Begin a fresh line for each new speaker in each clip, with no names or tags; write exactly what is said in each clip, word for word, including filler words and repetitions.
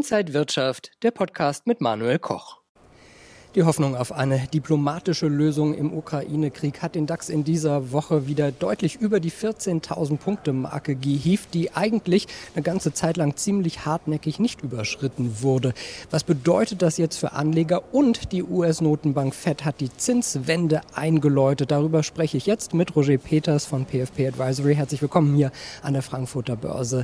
Inside Wirtschaft, der Podcast mit Manuel Koch. Die Hoffnung auf eine diplomatische Lösung im Ukraine-Krieg hat den DAX in dieser Woche wieder deutlich über die vierzehntausend-Punkte-Marke gehievt, die eigentlich eine ganze Zeit lang ziemlich hartnäckig nicht überschritten wurde. Was bedeutet das jetzt für Anleger? Und die U S-Notenbank Fed hat die Zinswende eingeläutet. Darüber spreche ich jetzt mit Roger Peters von P F P Advisory. Herzlich willkommen hier an der Frankfurter Börse.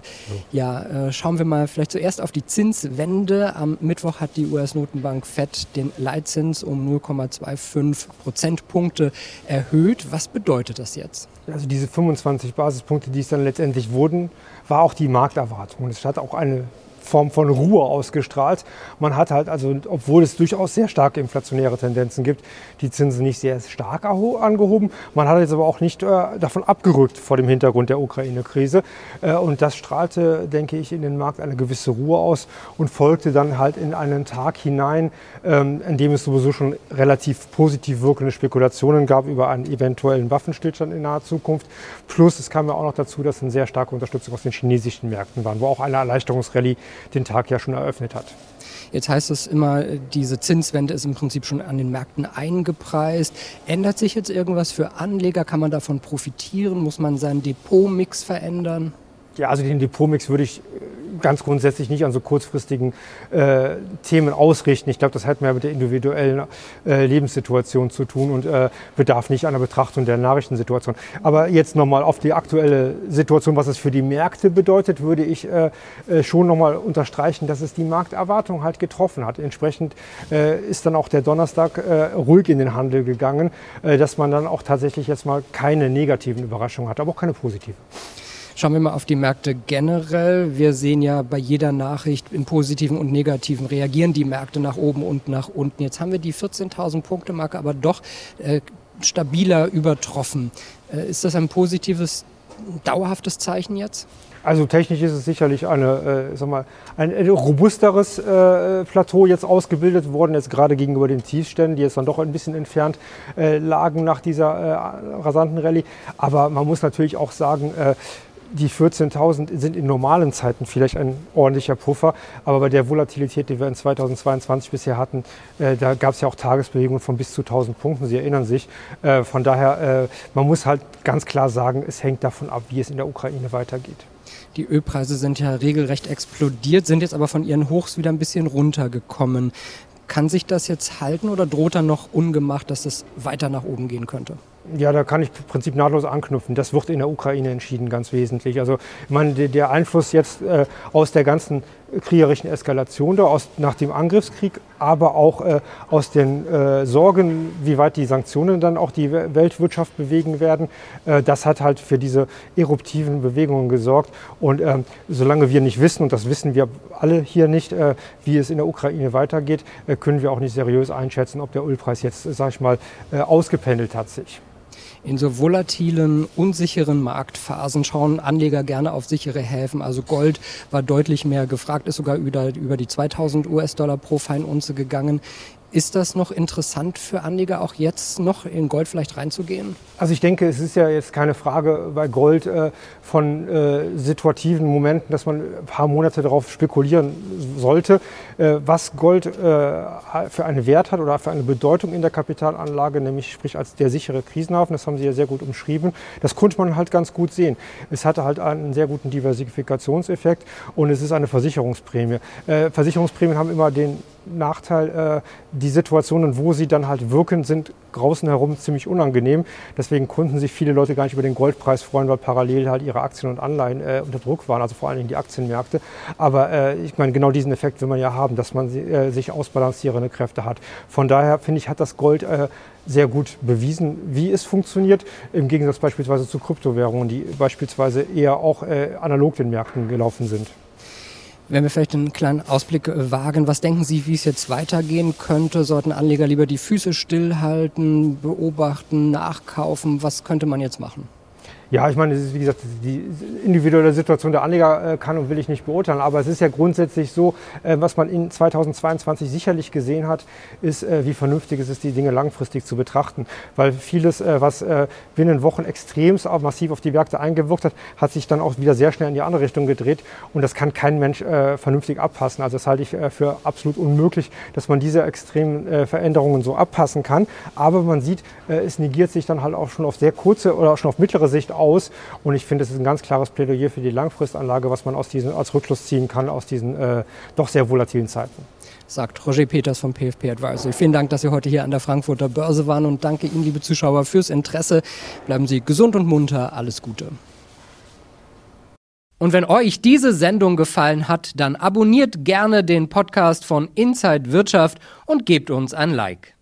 Ja, äh, schauen wir mal vielleicht zuerst auf die Zinswende. Am Mittwoch hat die U S-Notenbank Fed den Leitzins um null Komma fünfundzwanzig Prozentpunkte erhöht. Was bedeutet das jetzt?
Also diese fünfundzwanzig Basispunkte, die es dann letztendlich wurden, war auch die Markterwartung. Es hat auch eine Form von Ruhe ausgestrahlt. Man hat halt also, obwohl es durchaus sehr starke inflationäre Tendenzen gibt, die Zinsen nicht sehr stark angehoben. Man hat jetzt aber auch nicht äh, davon abgerückt vor dem Hintergrund der Ukraine-Krise. Äh, und das strahlte, denke ich, in den Markt eine gewisse Ruhe aus und folgte dann halt in einen Tag hinein, ähm, in dem es sowieso schon relativ positiv wirkende Spekulationen gab über einen eventuellen Waffenstillstand in naher Zukunft. Plus es kam ja auch noch dazu, dass eine sehr starke Unterstützung aus den chinesischen Märkten war, wo auch eine Erleichterungsrallye den Tag ja schon eröffnet hat.
Jetzt heißt es immer, diese Zinswende ist im Prinzip schon an den Märkten eingepreist. Ändert sich jetzt irgendwas für Anleger? Kann man davon profitieren? Muss man seinen Depotmix verändern?
Ja, also den Depotmix würde ich ganz grundsätzlich nicht an so kurzfristigen äh, Themen ausrichten. Ich glaube, das hat mehr mit der individuellen äh, Lebenssituation zu tun und äh, bedarf nicht einer Betrachtung der Nachrichtensituation. Aber jetzt nochmal auf die aktuelle Situation, was es für die Märkte bedeutet, würde ich äh, äh, schon nochmal unterstreichen, dass es die Markterwartung halt getroffen hat. Entsprechend äh, ist dann auch der Donnerstag äh, ruhig in den Handel gegangen, äh, dass man dann auch tatsächlich jetzt mal keine negativen Überraschungen hat, aber auch keine positiven.
Schauen wir mal auf die Märkte generell. Wir sehen ja bei jeder Nachricht im Positiven und Negativen reagieren die Märkte nach oben und nach unten. Jetzt haben wir die vierzehntausend-Punkte-Marke aber doch äh, stabiler übertroffen. Äh, ist das ein positives, dauerhaftes Zeichen jetzt?
Also technisch ist es sicherlich eine, äh, sag mal, ein robusteres äh, Plateau jetzt ausgebildet worden, jetzt gerade gegenüber den Tiefständen, die jetzt dann doch ein bisschen entfernt äh, lagen nach dieser äh, rasanten Rallye. Aber man muss natürlich auch sagen, äh, die vierzehntausend sind in normalen Zeiten vielleicht ein ordentlicher Puffer, aber bei der Volatilität, die wir in zweitausendzweiundzwanzig bisher hatten, äh, da gab es ja auch Tagesbewegungen von bis zu tausend Punkten, Sie erinnern sich. Äh, von daher, äh, man muss halt ganz klar sagen, es hängt davon ab, wie es in der Ukraine weitergeht.
Die Ölpreise sind ja regelrecht explodiert, sind jetzt aber von ihren Hochs wieder ein bisschen runtergekommen. Kann sich das jetzt halten oder droht dann noch ungemacht, dass es weiter nach oben gehen könnte?
Ja, da kann ich im Prinzip nahtlos anknüpfen. Das wird in der Ukraine entschieden, ganz wesentlich. Also ich meine, der Einfluss jetzt äh, aus der ganzen kriegerischen Eskalation da, aus, nach dem Angriffskrieg, aber auch äh, aus den äh, Sorgen, wie weit die Sanktionen dann auch die Weltwirtschaft bewegen werden, äh, das hat halt für diese eruptiven Bewegungen gesorgt. Und äh, solange wir nicht wissen, und das wissen wir alle hier nicht, äh, wie es in der Ukraine weitergeht, äh, können wir auch nicht seriös einschätzen, ob der Ölpreis jetzt, sag ich mal, äh, ausgependelt hat sich.
In so volatilen, unsicheren Marktphasen schauen Anleger gerne auf sichere Häfen. Also Gold war deutlich mehr gefragt, ist sogar über, über die zweitausend US-Dollar pro Feinunze gegangen. Ist das noch interessant für Anleger, auch jetzt noch in Gold vielleicht reinzugehen?
Also ich denke, es ist ja jetzt keine Frage bei Gold äh, von äh, situativen Momenten, dass man ein paar Monate darauf spekulieren sollte. Äh, was Gold äh, für einen Wert hat oder für eine Bedeutung in der Kapitalanlage, nämlich sprich als der sichere Krisenhafen, das haben Sie ja sehr gut umschrieben, das konnte man halt ganz gut sehen. Es hatte halt einen sehr guten Diversifikationseffekt und es ist eine Versicherungsprämie. Äh, Versicherungsprämien haben immer den Nachteil, die Situationen, wo sie dann halt wirken, sind draußen herum ziemlich unangenehm. Deswegen konnten sich viele Leute gar nicht über den Goldpreis freuen, weil parallel halt ihre Aktien und Anleihen äh, unter Druck waren, also vor allen Dingen die Aktienmärkte. Aber äh, ich meine, genau diesen Effekt will man ja haben, dass man äh, sich ausbalancierende Kräfte hat. Von daher finde ich, hat das Gold äh, sehr gut bewiesen, wie es funktioniert, im Gegensatz beispielsweise zu Kryptowährungen, die beispielsweise eher auch äh, analog den Märkten gelaufen sind.
Wenn wir vielleicht einen kleinen Ausblick wagen, was denken Sie, wie es jetzt weitergehen könnte? Sollten Anleger lieber die Füße stillhalten, beobachten, nachkaufen? Was könnte man jetzt machen?
Ja, ich meine, es ist, wie gesagt, die individuelle Situation der Anleger äh, kann und will ich nicht beurteilen. Aber es ist ja grundsätzlich so, äh, was man in zweitausendzweiundzwanzig sicherlich gesehen hat, ist, äh, wie vernünftig es ist, die Dinge langfristig zu betrachten. Weil vieles, äh, was äh, binnen Wochen extrem massiv auf die Märkte eingewirkt hat, hat sich dann auch wieder sehr schnell in die andere Richtung gedreht. Und das kann kein Mensch äh, vernünftig abpassen. Also das halte ich äh, für absolut unmöglich, dass man diese extremen äh, Veränderungen so abpassen kann. Aber man sieht, äh, es negiert sich dann halt auch schon auf sehr kurze oder schon auf mittlere Sicht aus. Und ich finde, es ist ein ganz klares Plädoyer für die Langfristanlage, was man aus diesen, als Rückschluss ziehen kann aus diesen äh, doch sehr volatilen Zeiten.
Sagt Roger Peters vom P F P Advisory. Vielen Dank, dass Sie heute hier an der Frankfurter Börse waren und danke Ihnen, liebe Zuschauer, fürs Interesse. Bleiben Sie gesund und munter. Alles Gute. Und wenn euch diese Sendung gefallen hat, dann abonniert gerne den Podcast von Inside Wirtschaft und gebt uns ein Like.